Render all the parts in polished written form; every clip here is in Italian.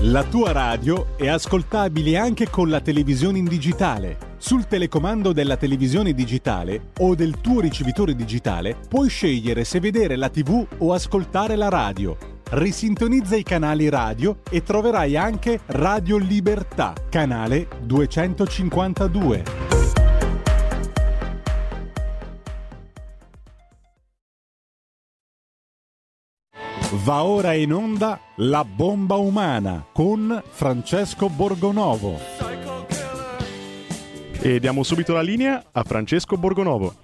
La tua radio è ascoltabile anche con la televisione in digitale. Sul telecomando della televisione digitale o del tuo ricevitore digitale puoi scegliere se vedere la TV o ascoltare la radio. Risintonizza i canali radio e troverai anche Radio Libertà, canale 252. Va ora in onda La bomba umana con Francesco Borgonovo. E diamo subito la linea a Francesco Borgonovo.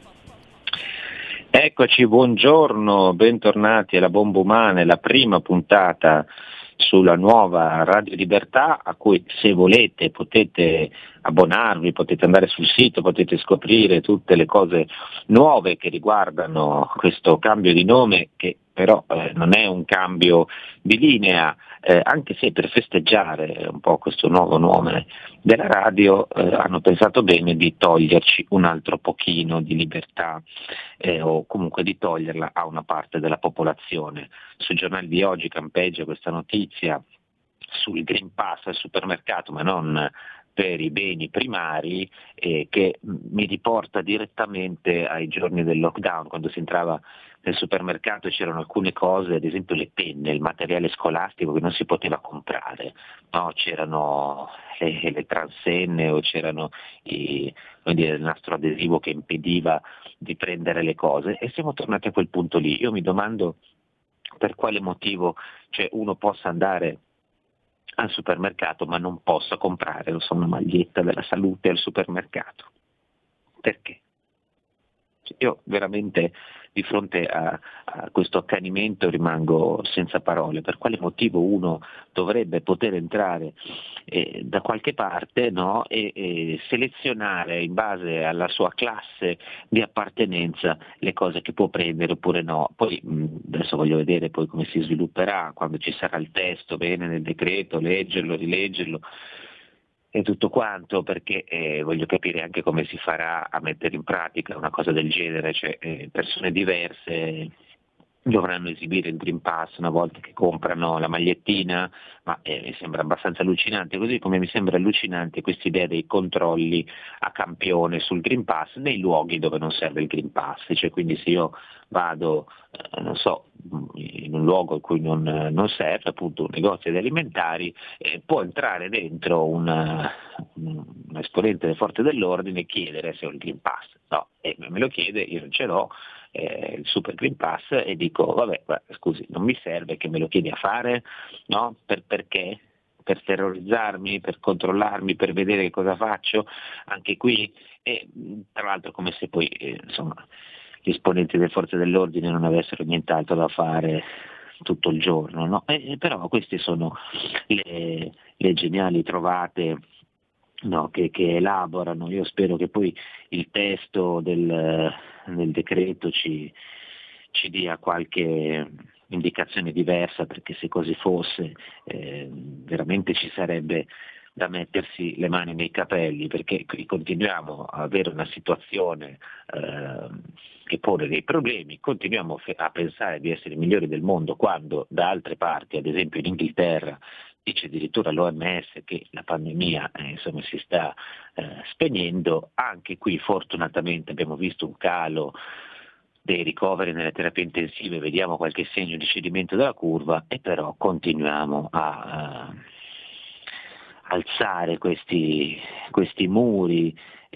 Eccoci, buongiorno, bentornati alla Bomba Umana, la prima puntata sulla nuova Radio Libertà, a cui se volete potete abbonarvi, potete andare sul sito, potete scoprire tutte le cose nuove che riguardano questo cambio di nome, che però non è un cambio di linea, anche se per festeggiare un po' questo nuovo nome della radio hanno pensato bene di toglierci un altro pochino di libertà o comunque di toglierla a una parte della popolazione. Sui giornali di oggi campeggia questa notizia sul Green Pass al supermercato, ma non per i beni primari, che mi riporta direttamente ai giorni del lockdown, quando si entrava nel supermercato e c'erano alcune cose, ad esempio le penne, il materiale scolastico che non si poteva comprare, no? C'erano le transenne o c'erano il nastro adesivo che impediva di prendere le cose, e siamo tornati a quel punto lì. Io mi domando per quale motivo uno possa andare al supermercato ma non possa comprare, una maglietta della salute al supermercato. Perché? Io veramente di fronte a questo accanimento rimango senza parole. Per quale motivo uno dovrebbe poter entrare da qualche parte, no? e selezionare in base alla sua classe di appartenenza le cose che può prendere oppure no? Poi adesso voglio vedere poi come si svilupperà, quando ci sarà il testo bene nel decreto, leggerlo, rileggerlo e tutto quanto, perché voglio capire anche come si farà a mettere in pratica una cosa del genere, persone diverse dovranno esibire il Green Pass una volta che comprano la magliettina, ma mi sembra abbastanza allucinante, così come mi sembra allucinante questa idea dei controlli a campione sul Green Pass nei luoghi dove non serve il Green Pass, quindi se io vado in un luogo in cui non serve, appunto un negozio di alimentari, può entrare dentro un esponente delle forze dell'ordine e chiedere se ho il Green Pass, no, e me lo chiede, io non ce l'ho, il Super Green Pass, e dico vabbè, scusi, non mi serve, che me lo chiedi a fare, no? Perché? Per terrorizzarmi, per controllarmi, per vedere che cosa faccio, anche qui, e tra l'altro come se poi gli esponenti delle forze dell'ordine non avessero nient'altro da fare tutto il giorno, no? Però queste sono le geniali trovate, no, che elaborano. Io spero che poi il testo del decreto ci dia qualche indicazione diversa, perché se così fosse veramente ci sarebbe da mettersi le mani nei capelli, perché qui continuiamo a avere una situazione che pone dei problemi, continuiamo a pensare di essere i migliori del mondo, quando da altre parti, ad esempio in Inghilterra, dice addirittura l'OMS che la pandemia si sta spegnendo. Anche qui fortunatamente abbiamo visto un calo dei ricoveri nelle terapie intensive, vediamo qualche segno di cedimento della curva, e però continuiamo a alzare questi muri,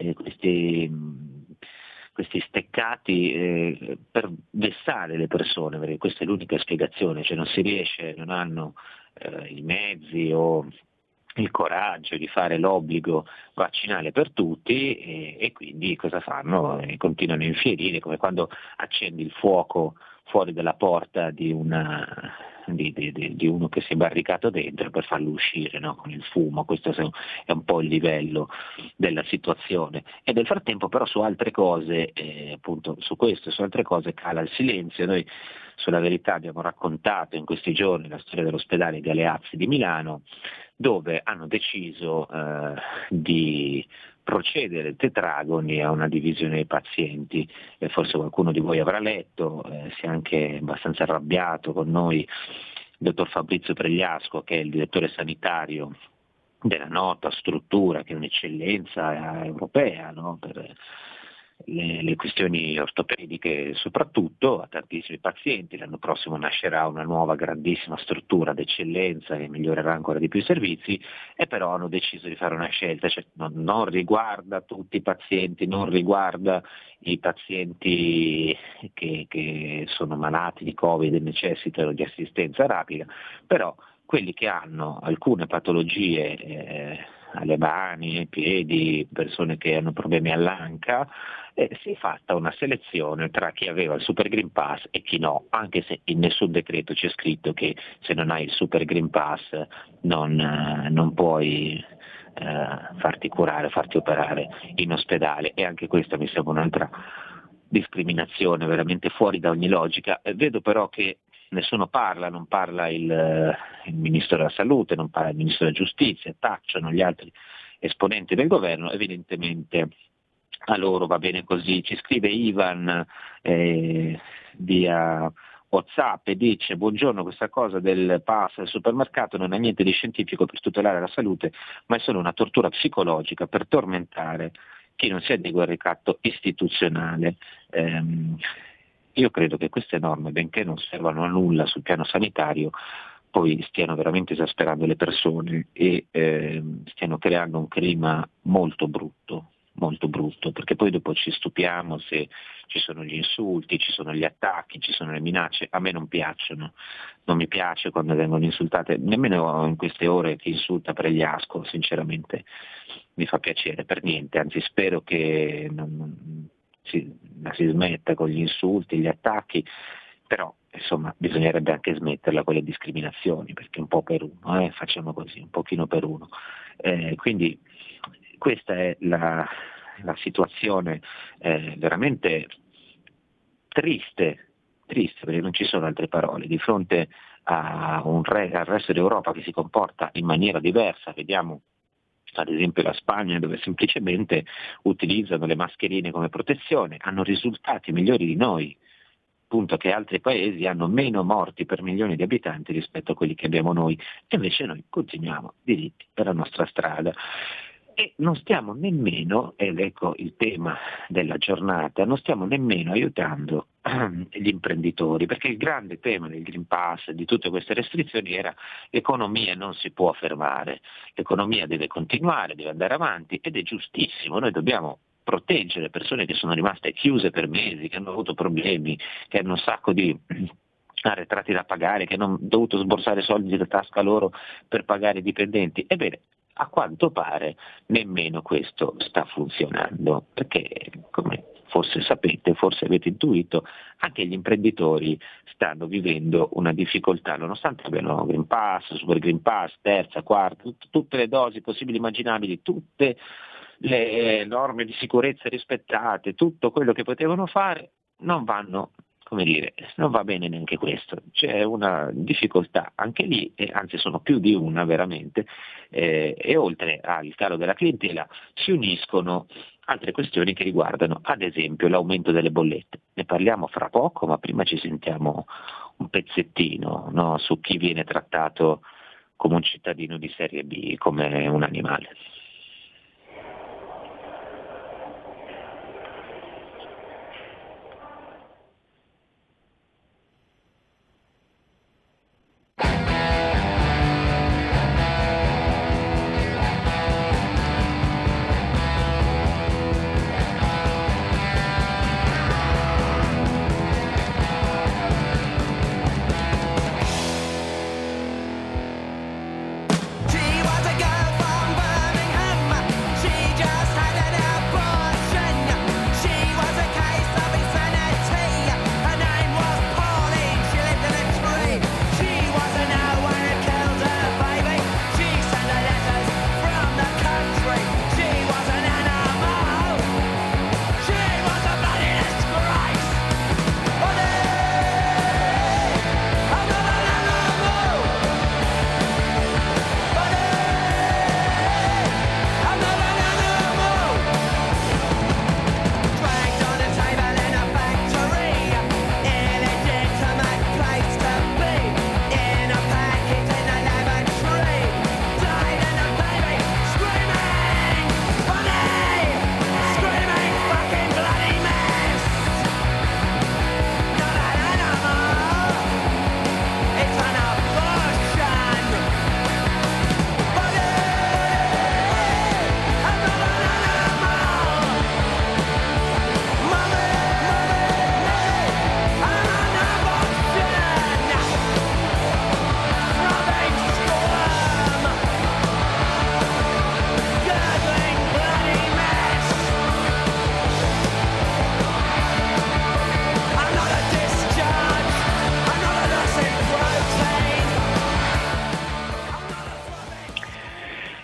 questi steccati per vessare le persone, perché questa è l'unica spiegazione, non si riesce, non hanno i mezzi o il coraggio di fare l'obbligo vaccinale per tutti, e quindi cosa fanno? Continuano a infierire, come quando accendi il fuoco fuori dalla porta di uno che si è barricato dentro per farlo uscire, no? Con il fumo. Questo è un po' il livello della situazione, e nel frattempo però su altre cose, appunto su questo e su altre cose cala il silenzio. Noi sulla Verità abbiamo raccontato in questi giorni la storia dell'ospedale Galeazzi di Milano, dove hanno deciso di procedere tetragoni a una divisione dei pazienti. Forse qualcuno di voi avrà letto, si è anche abbastanza arrabbiato con noi dottor Fabrizio Pregliasco, che è il direttore sanitario della nota struttura, che è un'eccellenza europea, no? Per le questioni ortopediche soprattutto, a tantissimi pazienti. L'anno prossimo nascerà una nuova grandissima struttura d'eccellenza che migliorerà ancora di più i servizi, e però hanno deciso di fare una scelta, cioè non riguarda tutti i pazienti, non riguarda i pazienti che sono malati di Covid e necessitano di assistenza rapida, però quelli che hanno alcune patologie alle mani, ai piedi, persone che hanno problemi all'anca, si è fatta una selezione tra chi aveva il Super Green Pass e chi no, anche se in nessun decreto c'è scritto che se non hai il Super Green Pass non puoi farti curare, farti operare in ospedale, e anche questa mi sembra un'altra discriminazione veramente fuori da ogni logica. Vedo però che nessuno parla, non parla il Ministro della Salute, non parla il Ministro della Giustizia, tacciono gli altri esponenti del governo, evidentemente a loro va bene così. Ci scrive Ivan via WhatsApp e dice: buongiorno, questa cosa del pass al supermercato non ha niente di scientifico per tutelare la salute, ma è solo una tortura psicologica per tormentare chi non si adegua al ricatto istituzionale. Io credo che queste norme, benché non servano a nulla sul piano sanitario, poi stiano veramente esasperando le persone e stiano creando un clima molto brutto, perché poi dopo ci stupiamo se ci sono gli insulti, ci sono gli attacchi, ci sono le minacce. A me non piacciono, non mi piace quando vengono insultate, nemmeno in queste ore chi insulta Pregliasco, sinceramente mi fa piacere per niente, anzi spero che si smetta con gli insulti, gli attacchi, però insomma bisognerebbe anche smetterla con le discriminazioni, perché un po' per uno, facciamo così, un pochino per uno. Quindi questa è la situazione veramente triste, perché non ci sono altre parole, di fronte a al resto d'Europa che si comporta in maniera diversa. Vediamo ad esempio la Spagna, dove semplicemente utilizzano le mascherine come protezione, hanno risultati migliori di noi, appunto che altri paesi hanno meno morti per milioni di abitanti rispetto a quelli che abbiamo noi, e invece noi continuiamo diritti per la nostra strada. E non stiamo nemmeno, ed ecco il tema della giornata, non stiamo nemmeno aiutando gli imprenditori, perché il grande tema del Green Pass, di tutte queste restrizioni, era: l'economia non si può fermare, l'economia deve continuare, deve andare avanti, ed è giustissimo. Noi dobbiamo proteggere persone che sono rimaste chiuse per mesi, che hanno avuto problemi, che hanno un sacco di arretrati da pagare, che hanno dovuto sborsare soldi da tasca loro per pagare i dipendenti. Ebbene, a quanto pare nemmeno questo sta funzionando, perché come forse sapete, forse avete intuito, anche gli imprenditori stanno vivendo una difficoltà, nonostante abbiano Green Pass, Super Green Pass, terza, quarta, tutte le dosi possibili e immaginabili, tutte le norme di sicurezza rispettate, tutto quello che potevano fare, non vanno, non va bene neanche questo. C'è una difficoltà anche lì, e anzi sono più di una veramente, e oltre al calo della clientela si uniscono altre questioni che riguardano ad esempio l'aumento delle bollette. Ne parliamo fra poco, ma prima ci sentiamo un pezzettino, no, su chi viene trattato come un cittadino di serie B, come un animale. She was a girl from Birmingham.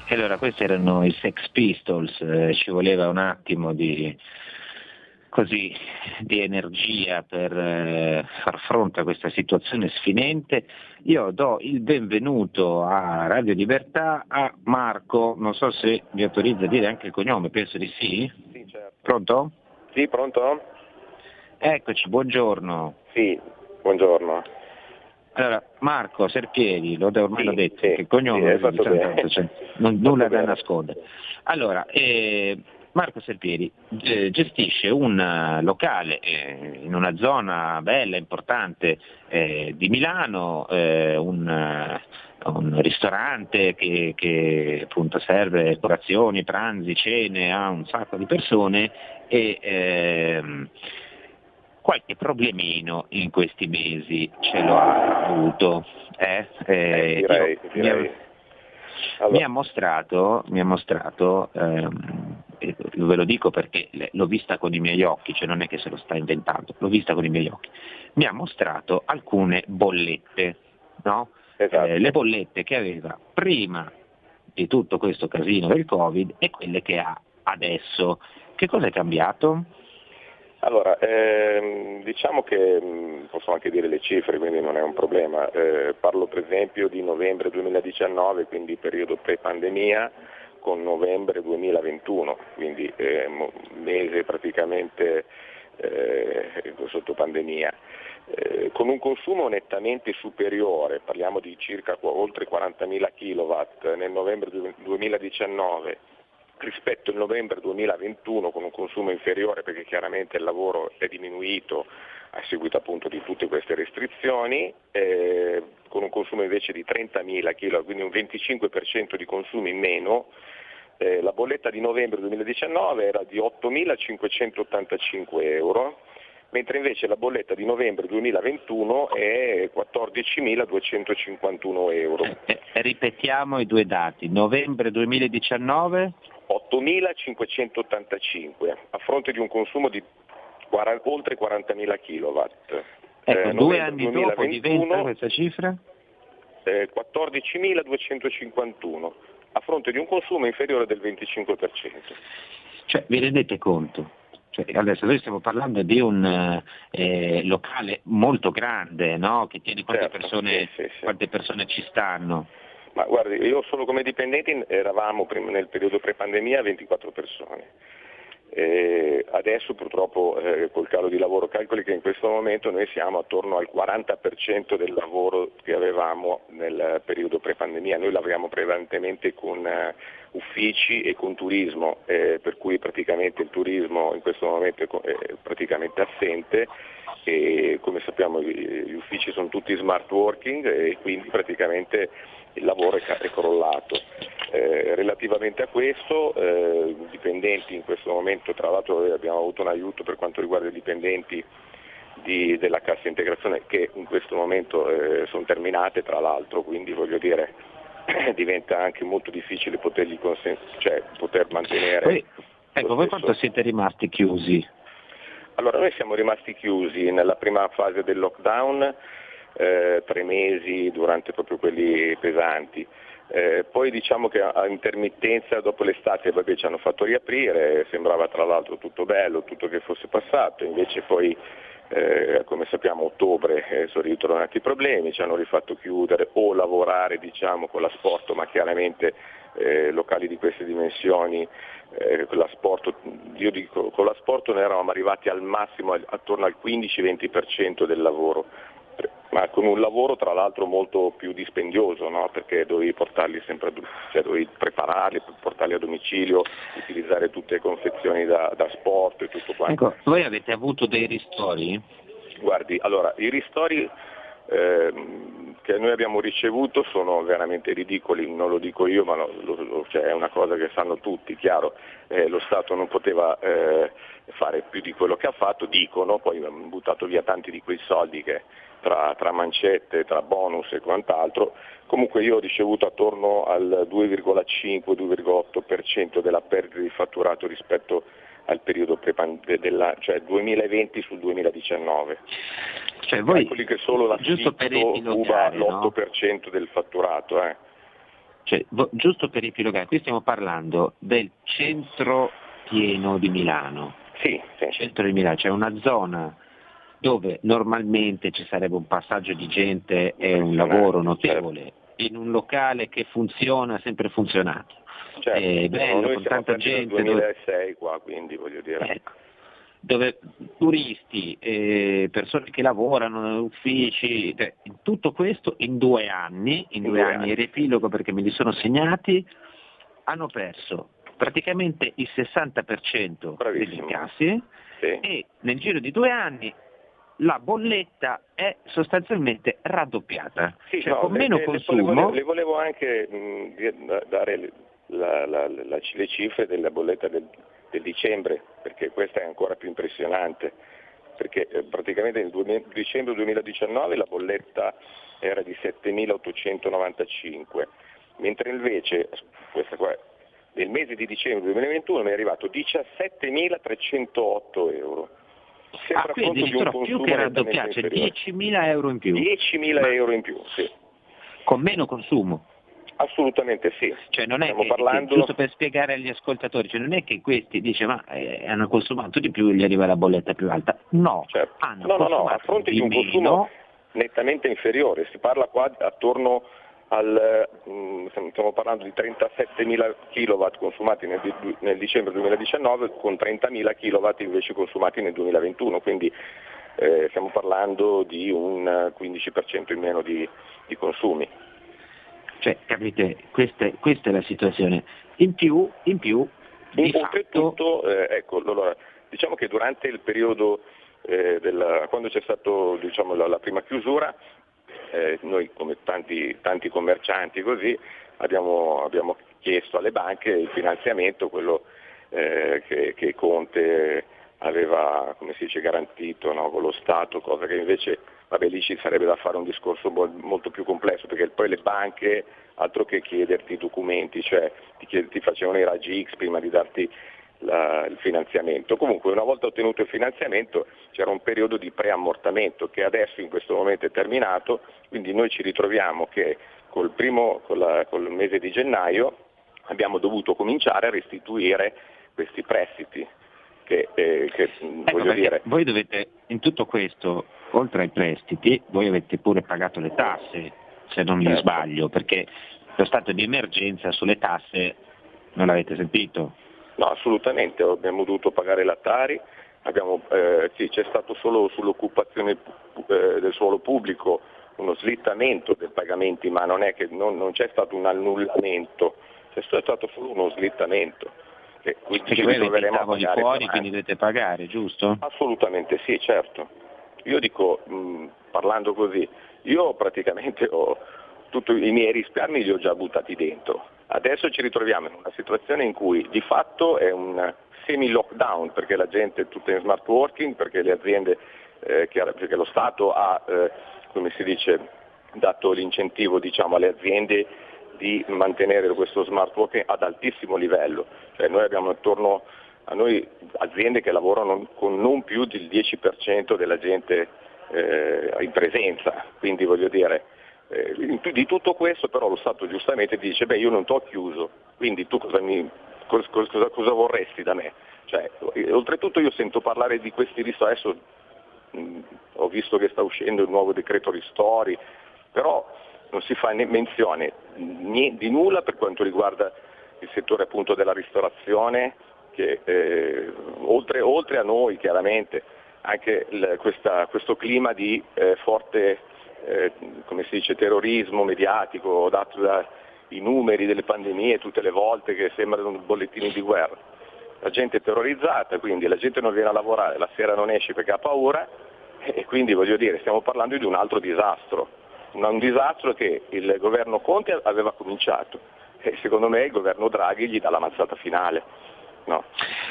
E allora questi erano i Sex Pistols, ci voleva un attimo di energia per far fronte a questa situazione sfinente. Io do il benvenuto a Radio Libertà a Marco, non so se mi autorizza a dire anche il cognome, penso di sì. Sì, certo. Pronto? Sì, pronto? Eccoci, buongiorno. Sì, buongiorno. Allora, Marco Serpieri, ormai l'ho detto, sì, che il cognome sì, fatto bene. cioè, nulla da bene. nascondere. Allora, Marco Serpieri gestisce un locale in una zona bella, importante di Milano, un ristorante che appunto serve colazioni, pranzi, cene a un sacco di persone e qualche problemino in questi mesi ce lo ha avuto. Direi. Allora. Mi ha mostrato, ve lo dico perché l'ho vista con i miei occhi, cioè non è che se lo sta inventando, l'ho vista con i miei occhi, mi ha mostrato alcune bollette, no? Esatto. Le bollette che aveva prima di tutto questo casino del Covid e quelle che ha adesso. Che cosa è cambiato? Allora, diciamo che posso anche dire le cifre, quindi non è un problema. Parlo per esempio di novembre 2019, quindi periodo pre-pandemia, con novembre 2021, quindi mese praticamente sotto pandemia. Con un consumo nettamente superiore, parliamo di circa oltre 40.000 kW nel novembre 2019, rispetto al novembre 2021 con un consumo inferiore perché chiaramente il lavoro è diminuito a seguito appunto di tutte queste restrizioni, con un consumo invece di 30.000 kg, quindi un 25% di consumi in meno. La bolletta di novembre 2019 era di 8.585 euro, mentre invece la bolletta di novembre 2021 è 14.251 euro. Ripetiamo i due dati, novembre 2019? 8.585 a fronte di un consumo di oltre 40.000 kW. Ecco, 2 anni dopo diventa questa cifra? 14.251 a fronte di un consumo inferiore del 25%. Cioè, vi rendete conto? Cioè, adesso noi stiamo parlando di un locale molto grande, no? Che tiene quante persone ci stanno? Ma guardi, io solo come dipendenti eravamo nel periodo pre-pandemia 24 persone. Adesso purtroppo col calo di lavoro calcoli che in questo momento noi siamo attorno al 40% del lavoro che avevamo nel periodo pre-pandemia. Noi lavoriamo prevalentemente con uffici e con turismo, per cui praticamente il turismo in questo momento è praticamente assente e come sappiamo gli uffici sono tutti smart working e quindi praticamente il lavoro è crollato. Relativamente a questo, i dipendenti in questo momento, tra l'altro abbiamo avuto un aiuto per quanto riguarda i dipendenti della cassa integrazione che in questo momento sono terminate tra l'altro, quindi voglio dire diventa anche molto difficile poter mantenere. Voi quanto siete rimasti chiusi? Allora noi siamo rimasti chiusi nella prima fase del lockdown 3 mesi durante proprio quelli pesanti. Poi diciamo che a intermittenza dopo l'estate ci hanno fatto riaprire, sembrava tra l'altro tutto bello, tutto che fosse passato, invece poi come sappiamo a ottobre sono ritornati i problemi, ci hanno rifatto chiudere o lavorare diciamo con l'asporto, ma chiaramente locali di queste dimensioni con l'asporto noi eravamo arrivati al massimo attorno al 15-20% del lavoro, ma con un lavoro tra l'altro molto più dispendioso, no? Perché dovevi portarli dovevi prepararli, portarli a domicilio, utilizzare tutte le confezioni da sport e tutto quanto. Ecco, voi avete avuto dei ristori? Guardi, allora i ristori che noi abbiamo ricevuto sono veramente ridicoli, non lo dico io, ma è una cosa che sanno tutti, chiaro, lo Stato non poteva fare più di quello che ha fatto, dicono, poi hanno buttato via tanti di quei soldi che tra mancette, tra bonus e quant'altro, comunque io ho ricevuto attorno al 2,5-2,8% della perdita di fatturato rispetto al periodo cioè 2020 sul 2019. Cioè voi, calcoli che solo l'affitto ruba l'8% del fatturato. Cioè, giusto per riepilogare, qui stiamo parlando del centro pieno di Milano. Sì. Centro di Milano, cioè una zona dove normalmente ci sarebbe un passaggio di gente e un lavoro notevole, in un locale che funziona, ha sempre funzionato. Certo, È bello, noi con siamo tanta partiti gente. nel 2006 qua, quindi voglio dire. Ecco, dove turisti, persone che lavorano, uffici, tutto questo in 2 anni, riepilogo perché me li sono segnati, hanno perso praticamente il 60% degli incassi e nel giro di 2 anni la bolletta è sostanzialmente raddoppiata, con meno consumo. Le volevo anche dare le cifre della bolletta del dicembre, perché questa è ancora più impressionante, perché praticamente nel dicembre 2019 la bolletta era di 7.895, mentre invece questa qua, nel mese di dicembre 2021 mi è arrivato 17.308 euro. Quindi addirittura più che raddoppiato, cioè 10.000 euro in più. 10.000 euro in più, sì. Con meno consumo. Assolutamente sì. Cioè non è che, giusto per spiegare agli ascoltatori, cioè non è che questi dice hanno consumato di più e gli arriva la bolletta più alta. No, certo. hanno no, a fronte di un consumo nettamente inferiore, si parla qua attorno stiamo parlando di 37.000 kW consumati nel dicembre 2019 con 30.000 kW invece consumati nel 2021, quindi stiamo parlando di un 15% in meno di consumi. Cioè, capite, questa è la situazione. In più oltretutto, allora, diciamo che durante il periodo quando c'è stato la prima chiusura, noi come tanti commercianti così abbiamo chiesto alle banche il finanziamento, quello che Conte aveva, come si dice, garantito, no, con lo Stato, cosa che invece lì ci sarebbe da fare un discorso molto più complesso, perché poi le banche, altro che chiederti i documenti, cioè ti facevano i raggi X prima di darti il finanziamento. Comunque una volta ottenuto il finanziamento c'era un periodo di preammortamento che adesso in questo momento è terminato, quindi noi ci ritroviamo che col mese di gennaio abbiamo dovuto cominciare a restituire questi prestiti che voglio dire. Voi dovete, in tutto questo, oltre ai prestiti, voi avete pure pagato le tasse, se non mi sbaglio, perché lo stato di emergenza sulle tasse non l'avete sentito? No, assolutamente, abbiamo dovuto pagare la Tari, c'è stato solo sull'occupazione del suolo pubblico uno slittamento dei pagamenti, ma non è che non c'è stato un annullamento, c'è stato solo uno slittamento. Perché voi avete i tavoli fuori, quindi dovete pagare, giusto? Assolutamente sì, certo. Io dico, parlando così, io praticamente tutti i miei risparmi li ho già buttati dentro. Adesso ci ritroviamo in una situazione in cui di fatto è un semi-lockdown, perché la gente è tutta in smart working, perché le aziende, perché lo Stato ha, come si dice, dato l'incentivo alle aziende di mantenere questo smart working ad altissimo livello. Cioè noi abbiamo attorno a noi aziende che lavorano con non più del 10% della gente in presenza, quindi voglio dire, di tutto questo però lo Stato giustamente dice io non t'ho chiuso, quindi tu cosa vorresti da me? Cioè, oltretutto io sento parlare di questi ristori, adesso ho visto che sta uscendo il nuovo decreto ristori, però non si fa menzione di nulla per quanto riguarda il settore appunto della ristorazione, che oltre a noi chiaramente anche questo clima di forte come si dice, terrorismo mediatico dato dai numeri delle pandemie tutte le volte che sembrano bollettini di guerra. La gente è terrorizzata, quindi la gente non viene a lavorare, la sera non esce perché ha paura e quindi voglio dire stiamo parlando di un altro disastro, un disastro che il governo Conte aveva cominciato e secondo me il governo Draghi gli dà la mazzata finale. No.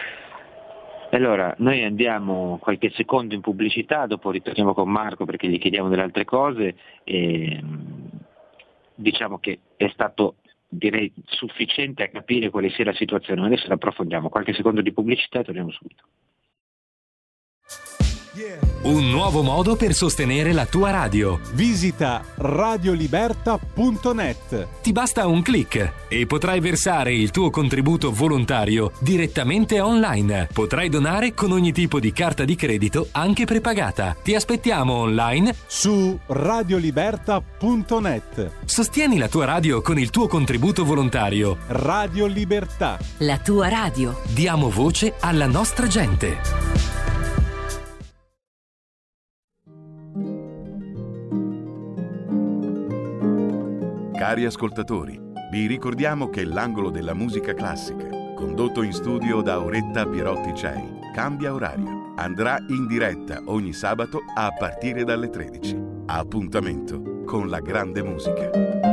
Allora, noi andiamo qualche secondo in pubblicità, dopo ritorniamo con Marco perché gli chiediamo delle altre cose e diciamo che è stato, direi, sufficiente a capire quale sia la situazione, adesso la approfondiamo, qualche secondo di pubblicità e torniamo subito. Un nuovo modo per sostenere la tua radio. Visita radioliberta.net. Ti basta un click e potrai versare il tuo contributo volontario direttamente online. Potrai donare con ogni tipo di carta di credito, anche prepagata. Ti aspettiamo online su radioliberta.net. Sostieni la tua radio con il tuo contributo volontario. Radio Libertà. La tua radio. Diamo voce alla nostra gente. Cari ascoltatori, vi ricordiamo che l'angolo della musica classica, condotto in studio da Auretta Pierotti Cei, cambia orario. Andrà in diretta ogni sabato a partire dalle 13. Appuntamento con la grande musica.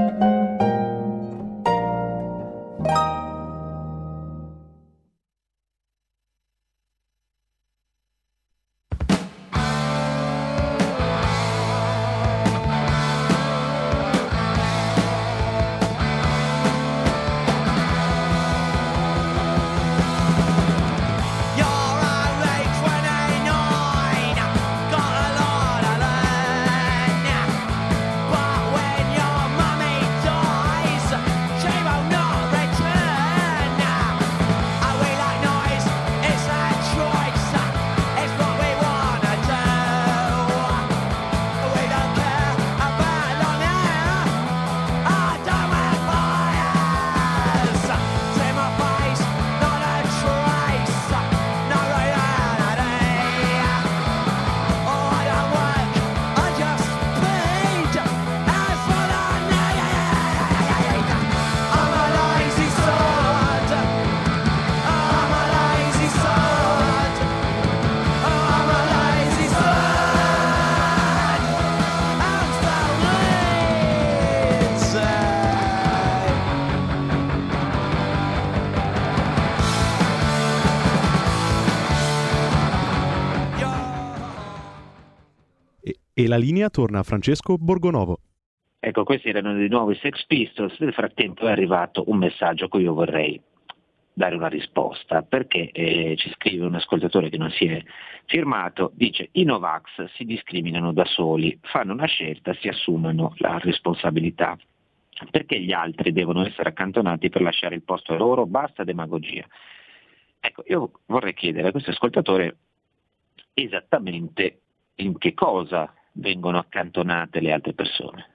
E la linea torna a Francesco Borgonovo. Ecco, questi erano di nuovo i Sex Pistols. Nel frattempo è arrivato un messaggio a cui io vorrei dare una risposta, perché ci scrive un ascoltatore che non si è firmato, dice: i Novax si discriminano da soli, fanno una scelta, si assumono la responsabilità. Perché gli altri devono essere accantonati per lasciare il posto a loro? Basta demagogia. Ecco, io vorrei chiedere a questo ascoltatore esattamente in che cosa vengono accantonate le altre persone.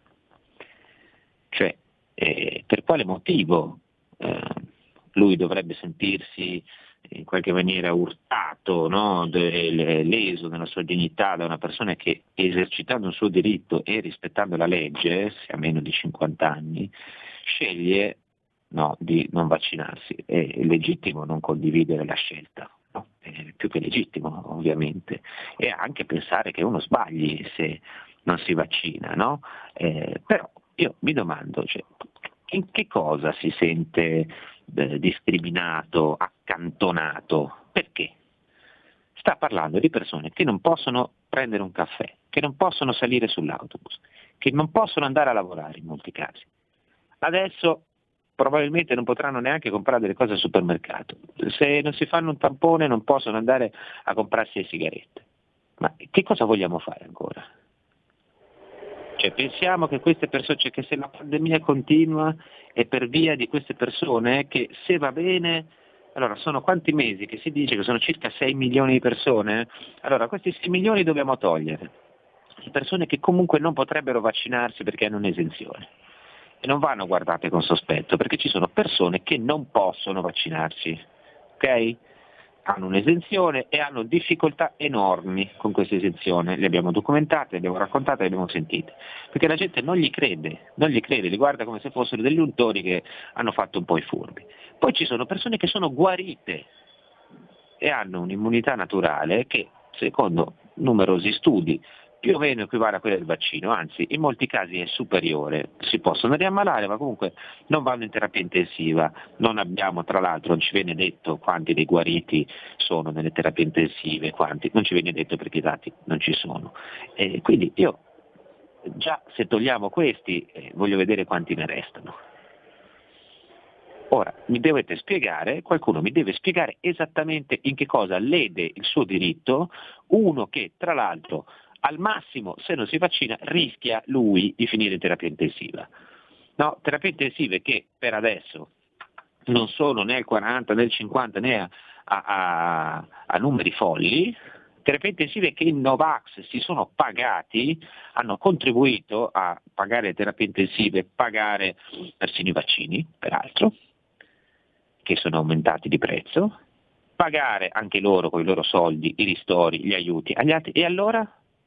Cioè, per quale motivo lui dovrebbe sentirsi in qualche maniera urtato, no? Leso nella sua dignità da una persona che, esercitando il suo diritto e rispettando la legge, se ha meno di 50 anni, sceglie di non vaccinarsi. È legittimo non condividere la scelta. No, è più che legittimo, ovviamente, e anche pensare che uno sbagli se non si vaccina, no? Però io mi domando, in che cosa si sente discriminato, accantonato? Perché? Sta parlando di persone che non possono prendere un caffè, che non possono salire sull'autobus, che non possono andare a lavorare in molti casi. Adesso probabilmente non potranno neanche comprare delle cose al supermercato. Se non si fanno un tampone non possono andare a comprarsi le sigarette. Ma che cosa vogliamo fare ancora? Pensiamo che queste persone, che se la pandemia continua è per via di queste persone, che se va bene, allora sono quanti mesi che si dice che sono circa 6 milioni di persone? Allora questi 6 milioni dobbiamo togliere le persone che comunque non potrebbero vaccinarsi perché hanno un'esenzione. E non vanno guardate con sospetto, perché ci sono persone che non possono vaccinarsi, ok? Hanno un'esenzione e hanno difficoltà enormi con questa esenzione, le abbiamo documentate, le abbiamo raccontate, le abbiamo sentite, perché la gente non gli crede, li guarda come se fossero degli untori che hanno fatto un po' i furbi. Poi ci sono persone che sono guarite e hanno un'immunità naturale che, secondo numerosi studi, più o meno equivale a quella del vaccino, anzi in molti casi è superiore, si possono riammalare ma comunque non vanno in terapia intensiva, non abbiamo, tra l'altro non ci viene detto quanti dei guariti sono nelle terapie intensive, quanti, non ci viene detto perché i dati non ci sono, quindi io già se togliamo questi voglio vedere quanti ne restano. Ora, qualcuno mi deve spiegare esattamente in che cosa lede il suo diritto uno che, tra l'altro, al massimo, se non si vaccina, rischia lui di finire in terapia intensiva. No, terapie intensive che per adesso non sono né al 40 né al 50 né a numeri folli, terapie intensive che i Novax si sono pagati, hanno contribuito a pagare le terapie intensive, pagare persino i vaccini, peraltro, che sono aumentati di prezzo, pagare anche loro con i loro soldi, i ristori, gli aiuti agli altri. E allora?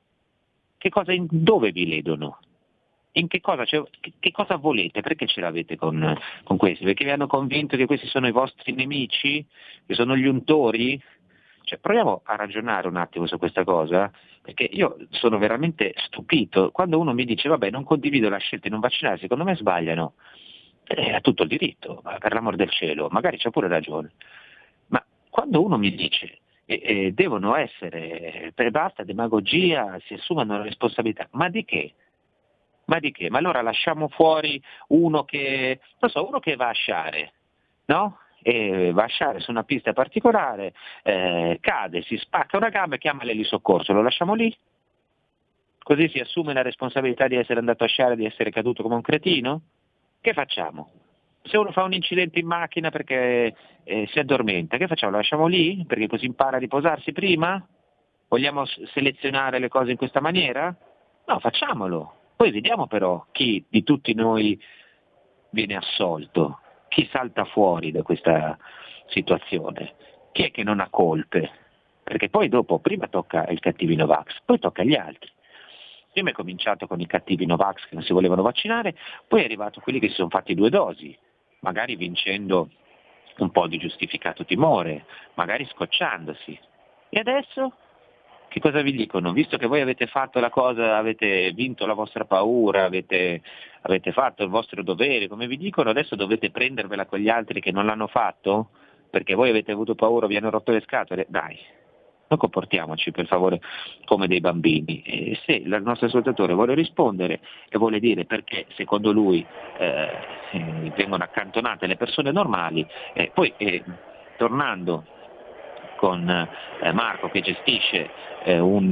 Dove vi ledono? In che cosa volete? Perché ce l'avete con questi? Perché vi hanno convinto che questi sono i vostri nemici? Che sono gli untori? Cioè, proviamo a ragionare un attimo su questa cosa, perché io sono veramente stupito. Quando uno mi dice vabbè, non condivido la scelta di non vaccinarsi, secondo me sbagliano. Ha tutto il diritto, per l'amor del cielo, magari c'ha pure ragione. Ma quando uno mi dice devono essere, basta demagogia, si assumano la responsabilità, ma di che? Ma allora lasciamo fuori uno che va a sciare, no? E va a sciare su una pista particolare, cade, si spacca una gamba e chiama l'elisoccorso, lo lasciamo lì? Così si assume la responsabilità di essere andato a sciare, di essere caduto come un cretino? Che facciamo? Se uno fa un incidente in macchina perché si addormenta, che facciamo? Lo lasciamo lì? Perché così impara a riposarsi prima? Vogliamo selezionare le cose in questa maniera? No, facciamolo. Poi vediamo però chi di tutti noi viene assolto, chi salta fuori da questa situazione, chi è che non ha colpe, perché poi dopo prima tocca ai cattivi Novax, poi tocca agli altri. Prima è cominciato con i cattivi Novax che non si volevano vaccinare, poi è arrivato quelli che si sono fatti 2 dosi, magari vincendo un po' di giustificato timore, magari scocciandosi. E adesso? Che cosa vi dicono? Visto che voi avete fatto la cosa, avete vinto la vostra paura, avete fatto il vostro dovere, come vi dicono, adesso dovete prendervela con gli altri che non l'hanno fatto? Perché voi avete avuto paura, vi hanno rotto le scatole? Dai, non comportiamoci per favore come dei bambini. E se il nostro ascoltatore vuole rispondere e vuole dire perché secondo lui vengono accantonate le persone normali, poi tornando con Marco che gestisce un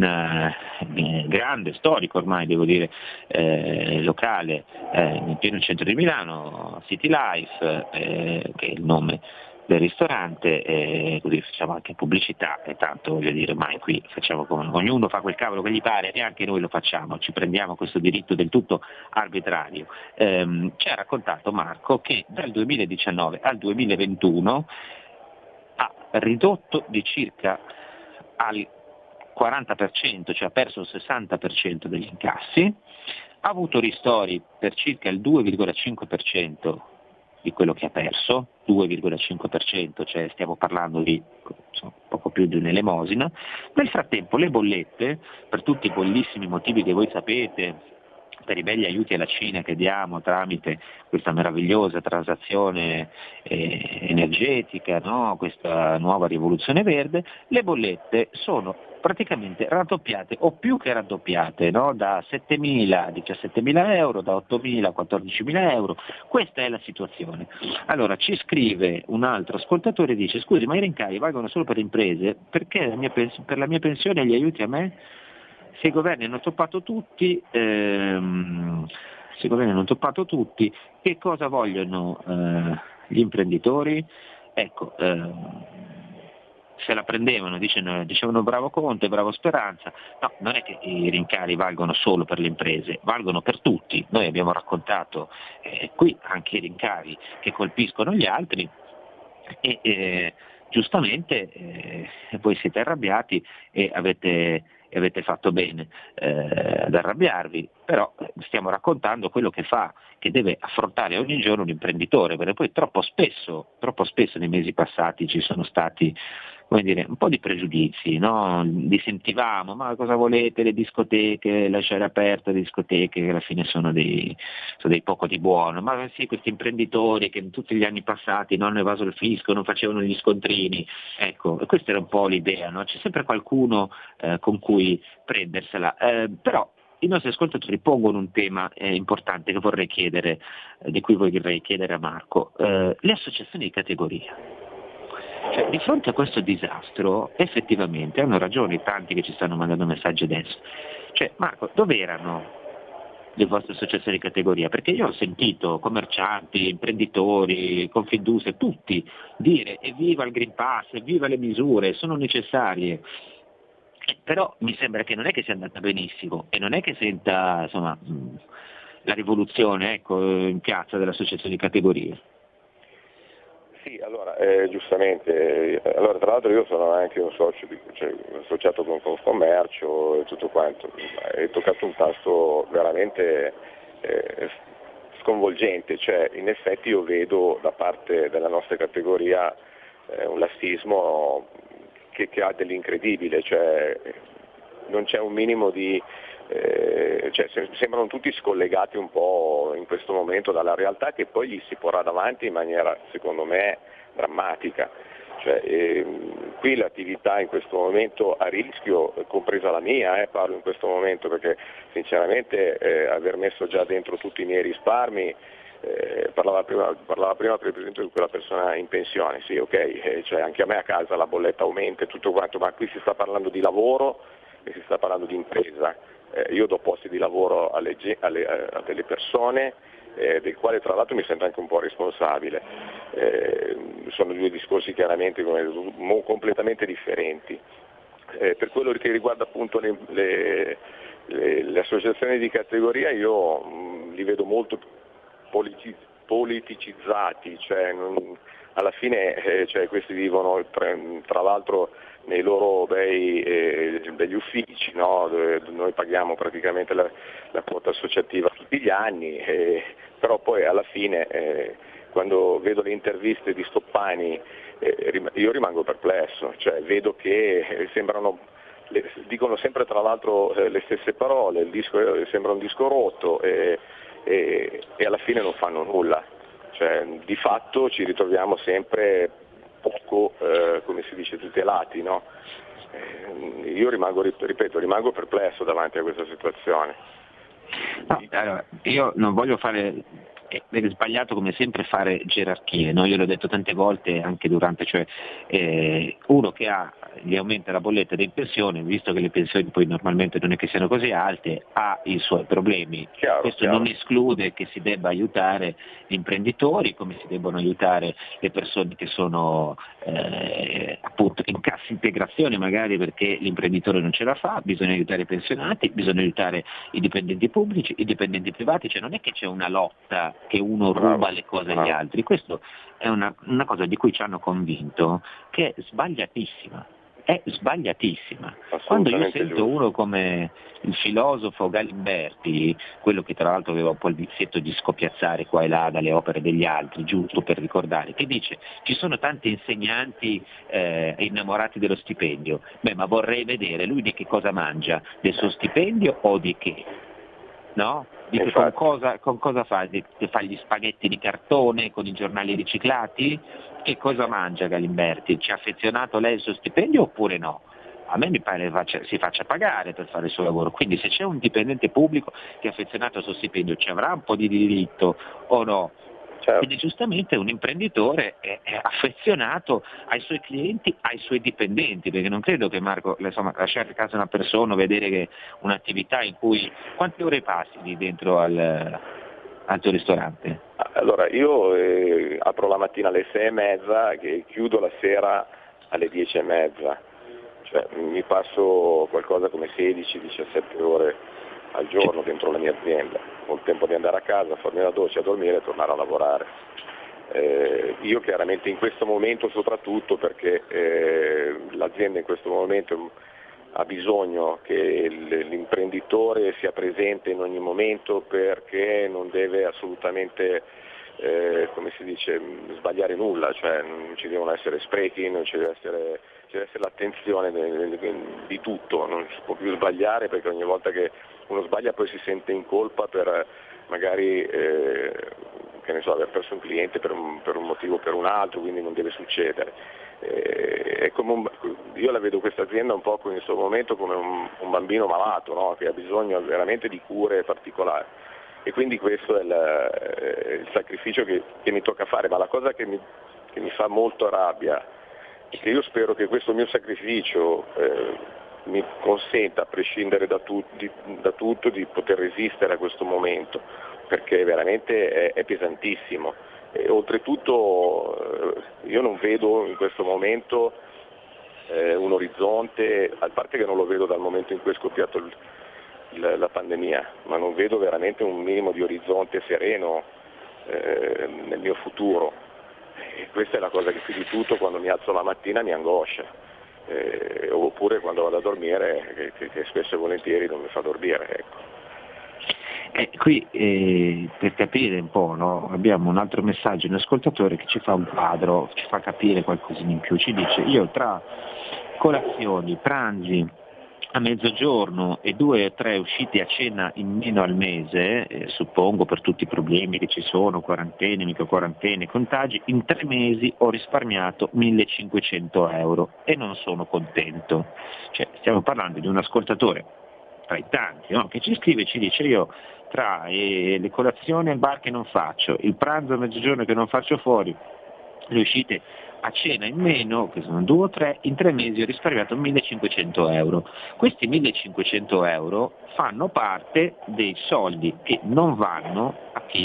grande storico ormai devo dire locale in pieno centro di Milano, City Life, che è il nome del ristorante, così facciamo anche pubblicità e tanto voglio dire mai qui facciamo come ognuno fa quel cavolo che gli pare e anche noi lo facciamo, ci prendiamo questo diritto del tutto arbitrario. Ci ha raccontato Marco che dal 2019 al 2021 ha ridotto di circa al 40%, cioè ha perso il 60% degli incassi, ha avuto ristori per circa il 2,5% di quello che ha perso, 2,5%, cioè stiamo parlando di poco più di un'elemosina. Nel frattempo le bollette, per tutti i bellissimi motivi che voi sapete, per i belli aiuti alla Cina che diamo tramite questa meravigliosa transazione energetica, no? Questa nuova rivoluzione verde, le bollette sono praticamente raddoppiate o più che raddoppiate, no? Da 7.000 a 17.000 euro, da 8.000 a 14.000 euro, questa è la situazione. Allora ci scrive un altro ascoltatore e dice scusi ma i rincari valgono solo per le imprese, perché per la mia pensione e gli aiuti a me? Se i governi hanno toppato tutti, che cosa vogliono gli imprenditori? Ecco, se la prendevano, dicevano bravo Conte, bravo Speranza, no, non è che i rincari valgono solo per le imprese, valgono per tutti. Noi abbiamo raccontato qui anche i rincari che colpiscono gli altri e giustamente voi siete arrabbiati e avete fatto bene ad arrabbiarvi, però stiamo raccontando quello che deve affrontare ogni giorno un imprenditore, perché poi troppo spesso nei mesi passati ci sono stati un po' di pregiudizi, no? Li sentivamo, ma cosa volete le discoteche, lasciare aperte le discoteche che alla fine sono dei poco di buono, ma sì questi imprenditori che in tutti gli anni passati non hanno evaso il fisco, non facevano gli scontrini, ecco, questa era un po' l'idea, no? C'è sempre qualcuno con cui prendersela, però i nostri ascoltatori pongono un tema importante che vorrei chiedere, di cui vorrei chiedere a Marco, le associazioni di categoria. Cioè, di fronte a questo disastro, effettivamente hanno ragione tanti che ci stanno mandando messaggi adesso. Cioè, Marco, dove erano le vostre associazioni di categoria? Perché io ho sentito commercianti, imprenditori, Confindustria, tutti dire evviva il Green Pass, evviva le misure, sono necessarie. Però mi sembra che non è che sia andata benissimo e non è che senta, insomma, la rivoluzione, ecco, in piazza dell'associazione di categoria. Sì, allora, giustamente, allora tra l'altro io sono anche un socio, cioè, associato con Confcommercio e tutto quanto, hai toccato un tasto veramente sconvolgente, cioè in effetti io vedo da parte della nostra categoria un lassismo che ha dell'incredibile, cioè non c'è un minimo di... cioè, sembrano tutti scollegati un po' in questo momento dalla realtà che poi gli si porrà davanti in maniera, secondo me, drammatica. Cioè, qui l'attività in questo momento a rischio, compresa la mia, parlo in questo momento perché sinceramente aver messo già dentro tutti i miei risparmi, parlava prima per esempio di quella persona in pensione, sì ok, cioè anche a me a casa la bolletta aumenta e tutto quanto, ma qui si sta parlando di lavoro e si sta parlando di impresa. Io do posti di lavoro a delle persone del quale tra l'altro mi sento anche un po' responsabile. Sono due discorsi chiaramente completamente differenti. Per quello che riguarda appunto le associazioni di categoria, io li vedo molto politicizzati, cioè alla fine cioè, questi vivono tra l'altro nei loro degli uffici, no? Dove noi paghiamo praticamente la quota associativa tutti gli anni, però poi alla fine quando vedo le interviste di Stoppani io rimango perplesso, cioè vedo che dicono sempre tra l'altro le stesse parole, il disco sembra un disco rotto e alla fine non fanno nulla, cioè di fatto ci ritroviamo sempre poco, come si dice, tutelati, no? Io rimango perplesso davanti a questa situazione. No, allora, io non voglio fare, è sbagliato come sempre fare gerarchie, no? Io l'ho detto tante volte anche durante, cioè uno che gli aumenta la bolletta di pensione, visto che le pensioni poi normalmente non è che siano così alte, ha i suoi problemi. Questo non esclude che si debba aiutare gli imprenditori, come si debbono aiutare le persone che sono appunto in cassa integrazione magari perché l'imprenditore non ce la fa, bisogna aiutare i pensionati, bisogna aiutare i dipendenti pubblici, i dipendenti privati, cioè non è che c'è una lotta che uno ruba le cose agli altri, questo è una cosa di cui ci hanno convinto che è sbagliatissima. Quando io sento uno come il filosofo Galimberti, quello che tra l'altro aveva un po' il vizietto di scopiazzare qua e là dalle opere degli altri, giusto per ricordare, che dice ci sono tanti insegnanti innamorati dello stipendio, ma vorrei vedere lui di che cosa mangia, del suo stipendio o di che? No? Dice con cosa fa? Fa gli spaghetti di cartone con i giornali riciclati? Che cosa mangia Galimberti? Ci ha affezionato lei il suo stipendio oppure no? A me mi pare si faccia pagare per fare il suo lavoro, quindi se c'è un dipendente pubblico che è affezionato al suo stipendio ci avrà un po' di diritto o no? Certo. Quindi giustamente un imprenditore è affezionato ai suoi clienti, ai suoi dipendenti, perché non credo che Marco, insomma, lasciare a casa una persona o vedere che un'attività in cui quante ore passi lì dentro al tuo ristorante? Allora io apro la mattina alle 6:30 e chiudo la sera alle 10:30, cioè mi passo qualcosa come 16-17 ore al giorno dentro la mia azienda, ho il tempo di andare a casa, farmi una doccia, dormire e tornare a lavorare. Io chiaramente in questo momento soprattutto perché l'azienda in questo momento ha bisogno che l'imprenditore sia presente in ogni momento perché non deve assolutamente come si dice, sbagliare nulla, cioè non ci devono essere sprechi, non ci deve essere l'attenzione di tutto, non si può più sbagliare perché ogni volta che uno sbaglia poi si sente in colpa per magari che ne so, aver perso un cliente per un motivo o per un altro, quindi non deve succedere. È come io la vedo questa azienda un po' in questo momento come un bambino malato, no? Che ha bisogno veramente di cure particolari, e quindi questo è il sacrificio che mi tocca fare, ma la cosa che mi fa molto rabbia è che io spero che questo mio sacrificio mi consenta, a prescindere da tutto, di poter resistere a questo momento, perché veramente è pesantissimo. E oltretutto io non vedo in questo momento un orizzonte, a parte che non lo vedo dal momento in cui è scoppiato la pandemia, ma non vedo veramente un minimo di orizzonte sereno nel mio futuro, e questa è la cosa che più di tutto quando mi alzo la mattina mi angoscia, oppure quando vado a dormire che spesso e volentieri non mi fa dormire, ecco. Qui per capire un po', no? Abbiamo un altro messaggio, un ascoltatore che ci fa un quadro, ci fa capire qualcosina in più, ci dice: io tra colazioni, pranzi a mezzogiorno e 2 o 3 uscite a cena in meno al mese, suppongo per tutti i problemi che ci sono, quarantene, microquarantene, contagi, in 3 mesi ho risparmiato 1.500 euro e non sono contento. Cioè, stiamo parlando di un ascoltatore tra i tanti, no? Che ci scrive e ci dice: io tra le colazioni al bar che non faccio, il pranzo a mezzogiorno che non faccio fuori, le uscite a cena in meno, che sono 2 o 3, in 3 mesi ho risparmiato 1.500 euro. Questi 1.500 euro fanno parte dei soldi che non vanno a chi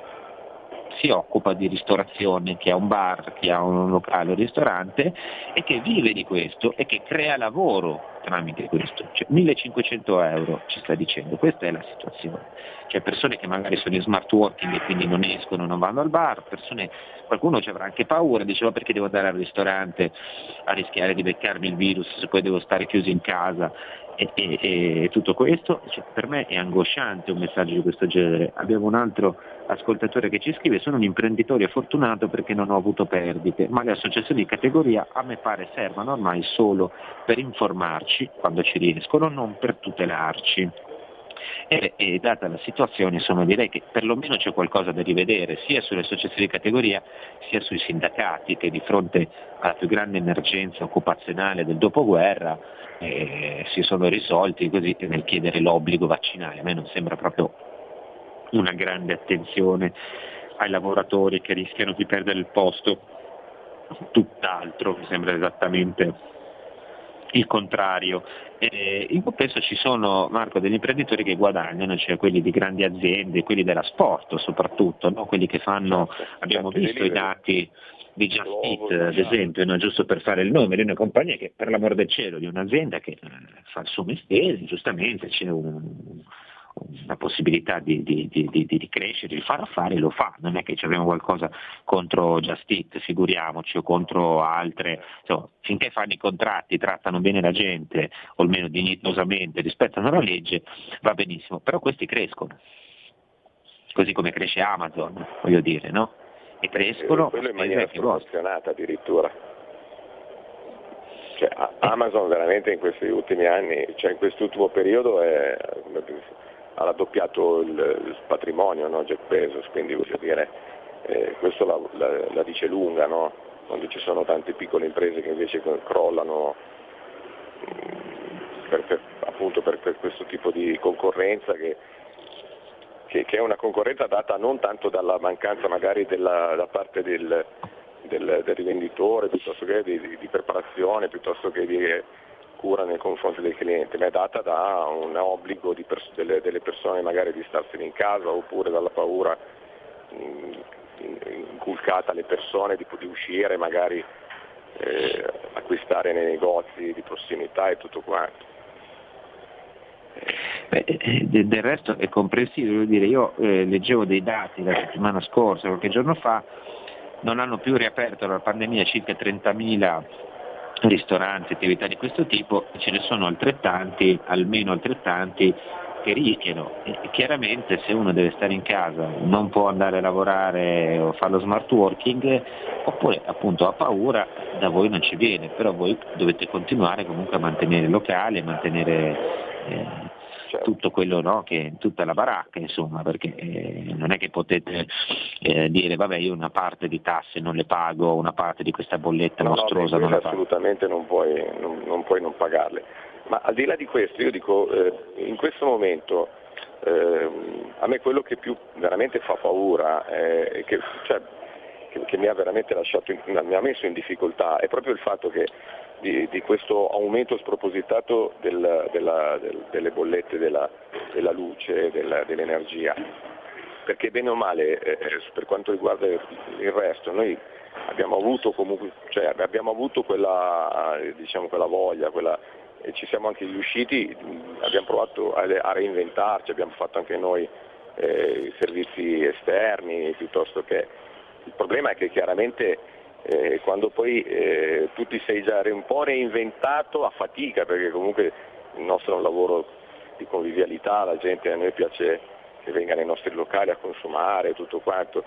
si occupa di ristorazione, che ha un bar, che ha un locale, un ristorante, e che vive di questo e che crea lavoro tramite questo. Cioè 1.500 euro ci sta dicendo, questa è la situazione. Cioè persone che magari sono in smart working e quindi non escono, non vanno al bar, qualcuno ci avrà anche paura, diceva perché devo andare al ristorante a rischiare di beccarmi il virus se poi devo stare chiuso in casa. E tutto questo, cioè, per me è angosciante un messaggio di questo genere. Abbiamo un altro ascoltatore che ci scrive: sono un imprenditore fortunato perché non ho avuto perdite, ma le associazioni di categoria a me pare servano ormai solo per informarci quando ci riescono, non per tutelarci. E data la situazione, insomma, direi che perlomeno c'è qualcosa da rivedere sia sulle associazioni di categoria sia sui sindacati, che di fronte alla più grande emergenza occupazionale del dopoguerra si sono risolti così nel chiedere l'obbligo vaccinale. A me non sembra proprio una grande attenzione ai lavoratori che rischiano di perdere il posto, tutt'altro, mi sembra esattamente il contrario. In compenso ci sono, Marco, degli imprenditori che guadagnano, cioè quelli di grandi aziende, quelli della sport soprattutto, no? Quelli che fanno, abbiamo visto i dati di Just Eat, ad esempio, no? Giusto per fare il nome, di una compagnia che, per l'amor del cielo, di un'azienda che fa il suo mestiere, giustamente c'è una possibilità di crescere, di fare affari, lo fa, non è che ci abbiamo qualcosa contro Just Eat, figuriamoci, o contro altre, insomma, finché fanno i contratti, trattano bene la gente, o almeno dignitosamente rispettano la legge, va benissimo, però questi crescono, così come cresce Amazon, voglio dire, no? E crescono quello in maniera sproporzionata addirittura. Cioè, Amazon veramente in questi ultimi anni, cioè in quest'ultimo periodo ha raddoppiato il patrimonio, no? Jeff Bezos, quindi voglio dire, questo la dice lunga, no? Quando ci sono tante piccole imprese che invece crollano appunto per questo tipo di concorrenza che è una concorrenza data non tanto dalla mancanza magari da parte del rivenditore, piuttosto che di preparazione, piuttosto che di cura nei confronti del cliente, ma è data da un obbligo delle persone magari di starsene in casa, oppure dalla paura inculcata alle persone di uscire, magari acquistare nei negozi di prossimità e tutto quanto. Del resto è comprensibile, voglio dire, io leggevo dei dati la settimana scorsa, qualche giorno fa, non hanno più riaperto dalla pandemia circa 30.000 ristoranti, attività di questo tipo, ce ne sono almeno altrettanti che rischiano, e chiaramente se uno deve stare in casa, non può andare a lavorare o fare lo smart working, oppure appunto ha paura, da voi non ci viene, però voi dovete continuare comunque a mantenere il locale, mantenere certo. Tutto quello, no, che tutta la baracca, insomma, perché non è che potete dire vabbè, io una parte di tasse non le pago, una parte di questa bolletta mostruosa non la pago. Assolutamente non puoi non pagarle. Ma al di là di questo, io dico, in questo momento a me quello che più veramente fa paura che mi ha veramente mi ha messo in difficoltà è proprio il fatto che di questo aumento spropositato delle bollette della luce, dell'energia, perché bene o male per quanto riguarda il resto noi abbiamo avuto comunque, abbiamo avuto quella voglia, e ci siamo anche riusciti, abbiamo provato a reinventarci, abbiamo fatto anche noi servizi esterni piuttosto che. Il problema è che chiaramente quando poi tu ti sei già un po' reinventato a fatica, perché comunque il nostro è un lavoro di convivialità, a noi piace che venga nei nostri locali a consumare tutto quanto,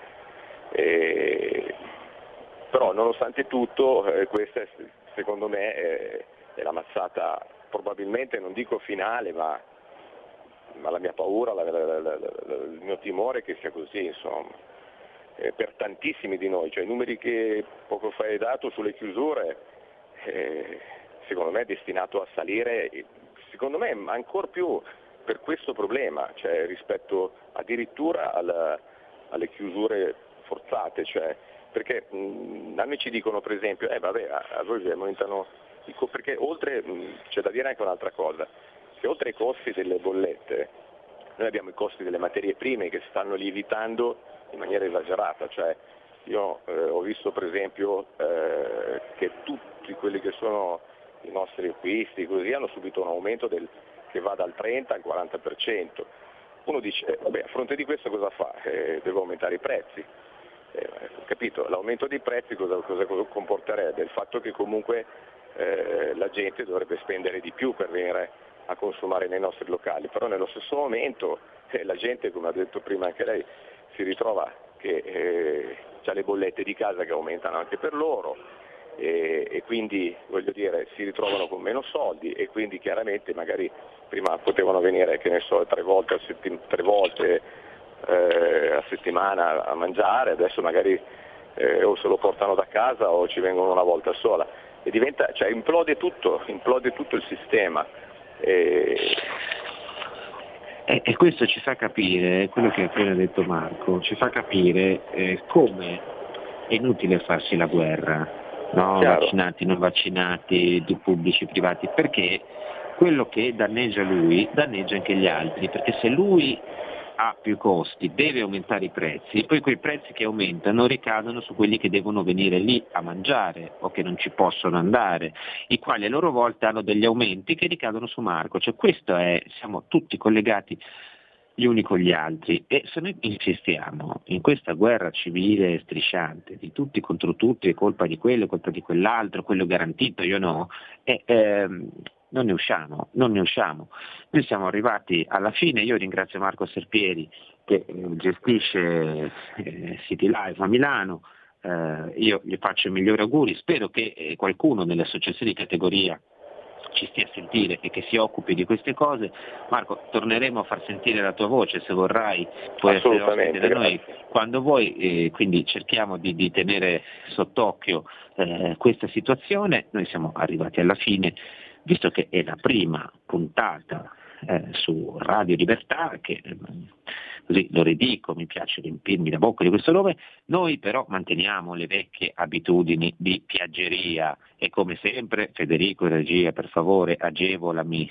però nonostante tutto questa secondo me è la mazzata, probabilmente non dico finale, ma la mia paura, il mio timore è che sia così, insomma, per tantissimi di noi, cioè i numeri che poco fa hai dato sulle chiusure, secondo me è destinato a salire, secondo me ancora più per questo problema, cioè rispetto addirittura alle chiusure forzate, cioè, perché a noi ci dicono per esempio, a voi vi aumentano, perché oltre, c'è da dire anche un'altra cosa, che oltre ai costi delle bollette, noi abbiamo i costi delle materie prime che stanno lievitando in maniera esagerata, cioè io ho visto per esempio che tutti quelli che sono i nostri acquisti così hanno subito un aumento che va dal 30 al 40%. Uno dice, vabbè, a fronte di questo cosa fa? Devo aumentare i prezzi. Capito? L'aumento dei prezzi cosa comporterebbe? Il fatto che comunque la gente dovrebbe spendere di più per venire a consumare nei nostri locali, però nello stesso momento la gente, come ha detto prima anche lei, si ritrova che c'ha le bollette di casa che aumentano anche per loro e quindi voglio dire si ritrovano con meno soldi e quindi chiaramente magari prima potevano venire, che ne so, 3 volte a settimana a mangiare, adesso magari o se lo portano da casa o ci vengono una volta sola e diventa, cioè implode tutto il sistema. E questo ci fa capire, quello che ha appena detto Marco, ci fa capire come è inutile farsi la guerra, no? Vaccinati, non vaccinati, pubblici, privati, perché quello che danneggia lui danneggia anche gli altri, perché se lui ha più costi, deve aumentare i prezzi, poi quei prezzi che aumentano ricadono su quelli che devono venire lì a mangiare o che non ci possono andare, i quali a loro volta hanno degli aumenti che ricadono su Marco, cioè questo è, siamo tutti collegati gli uni con gli altri e se noi insistiamo in questa guerra civile strisciante di tutti contro tutti, è colpa di quello, è colpa di quell'altro, quello garantito, io no, non ne usciamo. Noi siamo arrivati alla fine, io ringrazio Marco Serpieri che gestisce City Life a Milano, io gli faccio i migliori auguri, spero che qualcuno nelle associazioni di categoria ci stia a sentire e che si occupi di queste cose. Marco, torneremo a far sentire la tua voce se vorrai, puoi essere ospite da noi quando vuoi, quindi cerchiamo di tenere sott'occhio questa situazione. Noi siamo arrivati alla fine, visto che è la prima puntata su Radio Libertà, che così lo ridico, mi piace riempirmi la bocca di questo nome, noi però manteniamo le vecchie abitudini di piaggeria e come sempre Federico in regia, per favore agevolami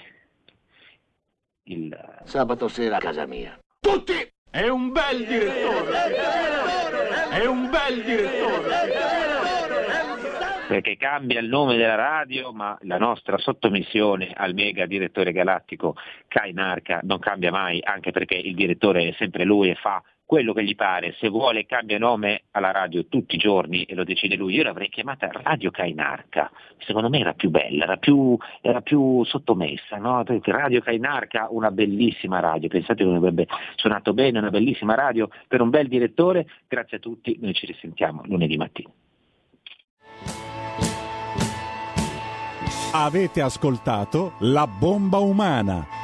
il sabato sera a casa mia. Tutti! È un bel direttore! È un bel direttore! Perché cambia il nome della radio, ma la nostra sottomissione al mega direttore galattico Kai Narca non cambia mai, anche perché il direttore è sempre lui e fa quello che gli pare. Se vuole cambia nome alla radio tutti i giorni e lo decide lui. Io l'avrei chiamata Radio Kai Narca, secondo me era più bella, era più sottomessa, no? Radio Kai Narca, una bellissima radio, pensate che avrebbe suonato bene, una bellissima radio per un bel direttore. Grazie a tutti, noi ci risentiamo lunedì mattina. Avete ascoltato La Bomba Umana,